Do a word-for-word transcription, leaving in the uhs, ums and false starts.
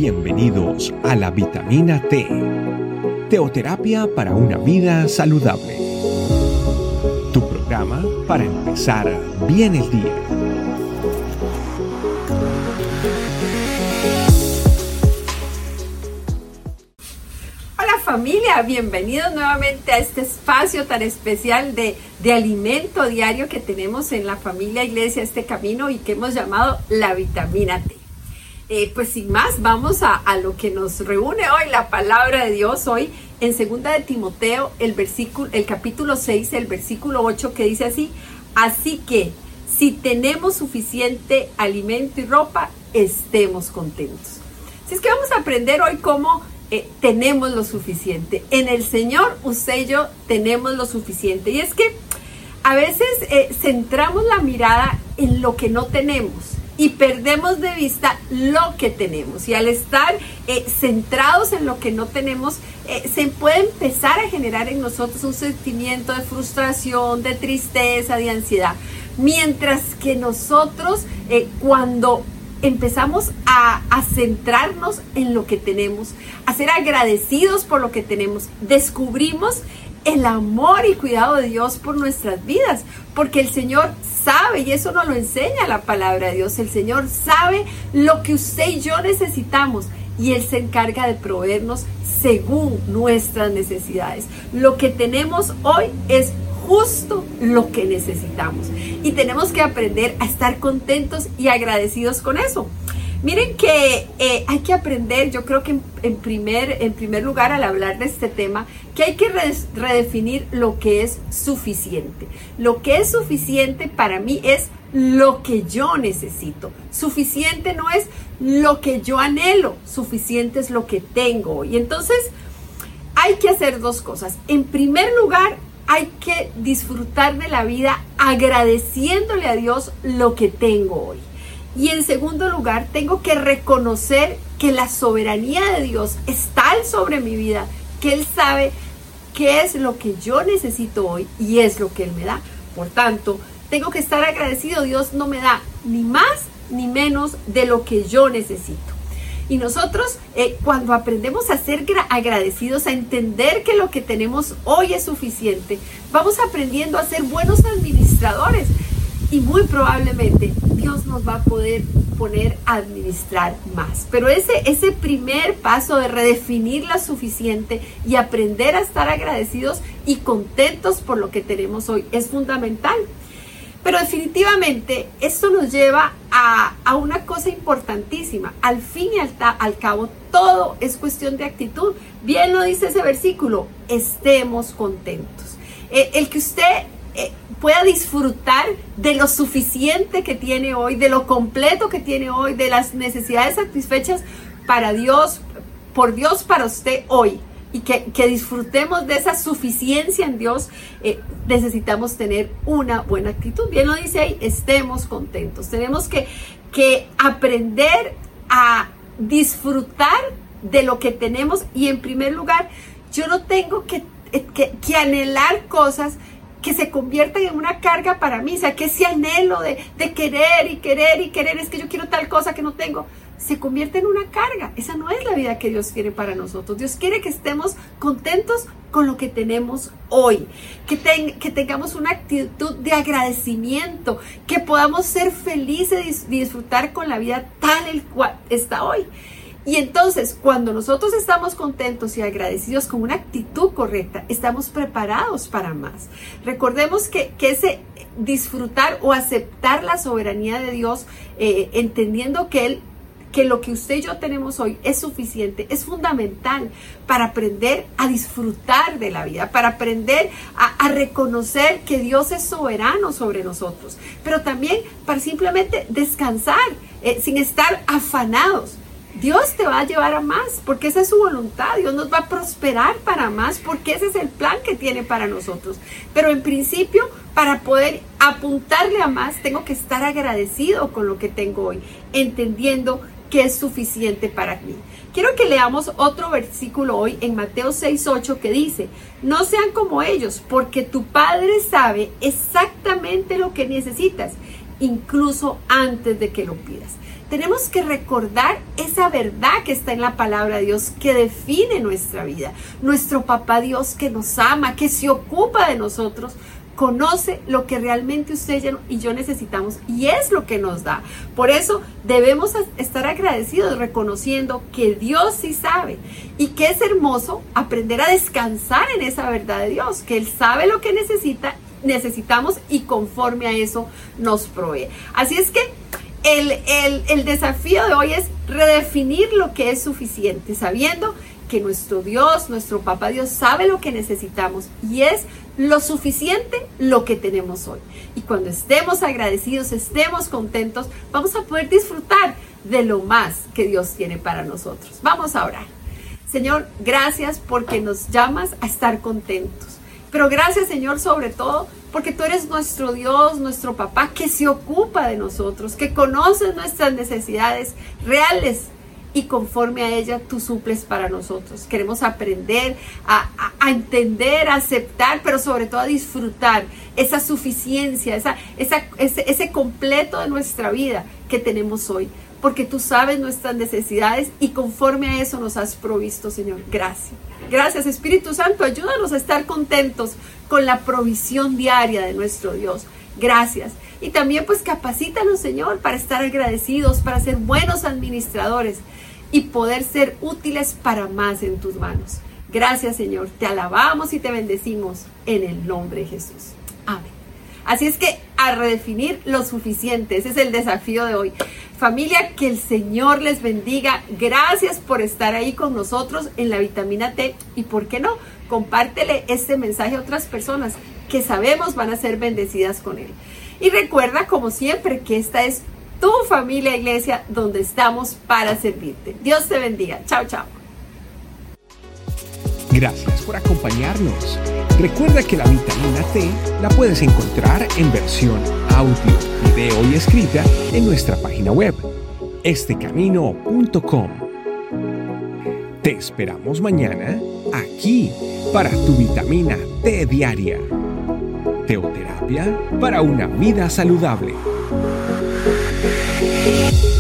Bienvenidos a la Vitamina T, teoterapia para una vida saludable. Tu programa para empezar bien el día. Hola familia, bienvenidos nuevamente a este espacio tan especial de, de alimento diario que tenemos en la familia Iglesia Este Camino y que hemos llamado la Vitamina T. Eh, pues sin más, vamos a, a lo que nos reúne hoy, la palabra de Dios hoy en segunda de Timoteo, el versículo, el capítulo seis, el versículo ocho, que dice así: así que si tenemos suficiente alimento y ropa, estemos contentos. Así es que vamos a aprender hoy cómo eh, tenemos lo suficiente. En el Señor, usted y yo tenemos lo suficiente. Y es que a veces eh, centramos la mirada en lo que no tenemos y perdemos de vista lo que tenemos, y al estar eh, centrados en lo que no tenemos, eh, se puede empezar a generar en nosotros un sentimiento de frustración, de tristeza, de ansiedad, mientras que nosotros eh, cuando empezamos a, a centrarnos en lo que tenemos, a ser agradecidos por lo que tenemos, descubrimos el amor y cuidado de Dios por nuestras vidas, porque el Señor sabe, y eso nos lo enseña la palabra de Dios, el Señor sabe lo que usted y yo necesitamos, y Él se encarga de proveernos según nuestras necesidades. Lo que tenemos hoy es justo lo que necesitamos, y tenemos que aprender a estar contentos y agradecidos con eso. Miren que eh, hay que aprender, yo creo que en, en, primer, en primer lugar, al hablar de este tema, que hay que res, redefinir lo que es suficiente. Lo que es suficiente para mí es lo que yo necesito. Suficiente no es lo que yo anhelo, suficiente es lo que tengo. Y entonces hay que hacer dos cosas. En primer lugar, hay que disfrutar de la vida agradeciéndole a Dios lo que tengo hoy. Y en segundo lugar, tengo que reconocer que la soberanía de Dios está sobre mi vida, que Él sabe qué es lo que yo necesito hoy y es lo que Él me da. Por tanto, tengo que estar agradecido. Dios no me da ni más ni menos de lo que yo necesito. Y nosotros, eh, cuando aprendemos a ser agradecidos, a entender que lo que tenemos hoy es suficiente, vamos aprendiendo a ser buenos administradores. Y muy probablemente Dios nos va a poder poner a administrar más. Pero ese, ese primer paso de redefinir la suficiente y aprender a estar agradecidos y contentos por lo que tenemos hoy es fundamental. Pero definitivamente esto nos lleva a, a una cosa importantísima. Al fin y al, al cabo, todo es cuestión de actitud. Bien lo dice ese versículo: estemos contentos. Eh, el que usted Eh, pueda disfrutar de lo suficiente que tiene hoy, de lo completo que tiene hoy, de las necesidades satisfechas para Dios, por Dios para usted hoy, y que, que disfrutemos de esa suficiencia en Dios, eh, necesitamos tener una buena actitud. Bien lo dice ahí: estemos contentos. Tenemos que, que aprender a disfrutar de lo que tenemos, y en primer lugar, yo no tengo que, que, que anhelar cosas que se conviertan en una carga para mí. O sea, que ese anhelo de, de querer y querer y querer, es que yo quiero tal cosa que no tengo, se convierte en una carga. Esa no es la vida que Dios quiere para nosotros. Dios quiere que estemos contentos con lo que tenemos hoy, que, ten, que tengamos una actitud de agradecimiento, que podamos ser felices y disfrutar con la vida tal el cual está hoy. Y entonces, cuando nosotros estamos contentos y agradecidos con una actitud correcta, estamos preparados para más. Recordemos que, que ese disfrutar o aceptar la soberanía de Dios, eh, entendiendo que Él, que lo que usted y yo tenemos hoy es suficiente, es fundamental para aprender a disfrutar de la vida, para aprender a, a reconocer que Dios es soberano sobre nosotros, pero también para simplemente descansar, eh, sin estar afanados. Dios te va a llevar a más, porque esa es su voluntad. Dios nos va a prosperar para más, porque ese es el plan que tiene para nosotros. Pero en principio, para poder apuntarle a más, tengo que estar agradecido con lo que tengo hoy, entendiendo que es suficiente para mí. Quiero que leamos otro versículo hoy en Mateo seis ocho, que dice: no sean como ellos, porque tu Padre sabe exactamente lo que necesitas, incluso antes de que lo pidas. Tenemos que recordar esa verdad que está en la palabra de Dios, que define nuestra vida. Nuestro papá Dios, que nos ama, que se ocupa de nosotros, conoce lo que realmente usted y yo necesitamos y es lo que nos da. Por eso debemos estar agradecidos, reconociendo que Dios sí sabe y que es hermoso aprender a descansar en esa verdad de Dios, que Él sabe lo que necesita, necesitamos y conforme a eso nos provee. Así es que el, el, el desafío de hoy es redefinir lo que es suficiente, sabiendo que nuestro Dios, nuestro Papá Dios sabe lo que necesitamos y es lo suficiente lo que tenemos hoy. Y cuando estemos agradecidos, estemos contentos, vamos a poder disfrutar de lo más que Dios tiene para nosotros. Vamos a orar. Señor, gracias porque nos llamas a estar contentos. Pero gracias, Señor, sobre todo porque tú eres nuestro Dios, nuestro Papá, que se ocupa de nosotros, que conoce nuestras necesidades reales y conforme a ella tú suples para nosotros. Queremos aprender a, a, a entender, a aceptar, pero sobre todo a disfrutar esa suficiencia, esa, esa, ese, ese completo de nuestra vida que tenemos hoy. Porque tú sabes nuestras necesidades y conforme a eso nos has provisto, Señor. Gracias. Gracias, Espíritu Santo. Ayúdanos a estar contentos con la provisión diaria de nuestro Dios. Gracias. Y también pues capacítanos, Señor, para estar agradecidos, para ser buenos administradores y poder ser útiles para más en tus manos. Gracias, Señor. Te alabamos y te bendecimos en el nombre de Jesús. Amén. Así es que a redefinir lo suficiente. Ese es el desafío de hoy. Familia, que el Señor les bendiga. Gracias por estar ahí con nosotros en la Vitamina T. Y por qué no, compártele este mensaje a otras personas que sabemos van a ser bendecidas con él. Y recuerda, como siempre, que esta es tu familia iglesia donde estamos para servirte. Dios te bendiga. Chao, chao. Gracias por acompañarnos. Recuerda que la Vitamina T la puedes encontrar en versión audio, video y escrita en nuestra página web, este camino punto com. Te esperamos mañana aquí para tu Vitamina T diaria. Teoterapia para una vida saludable.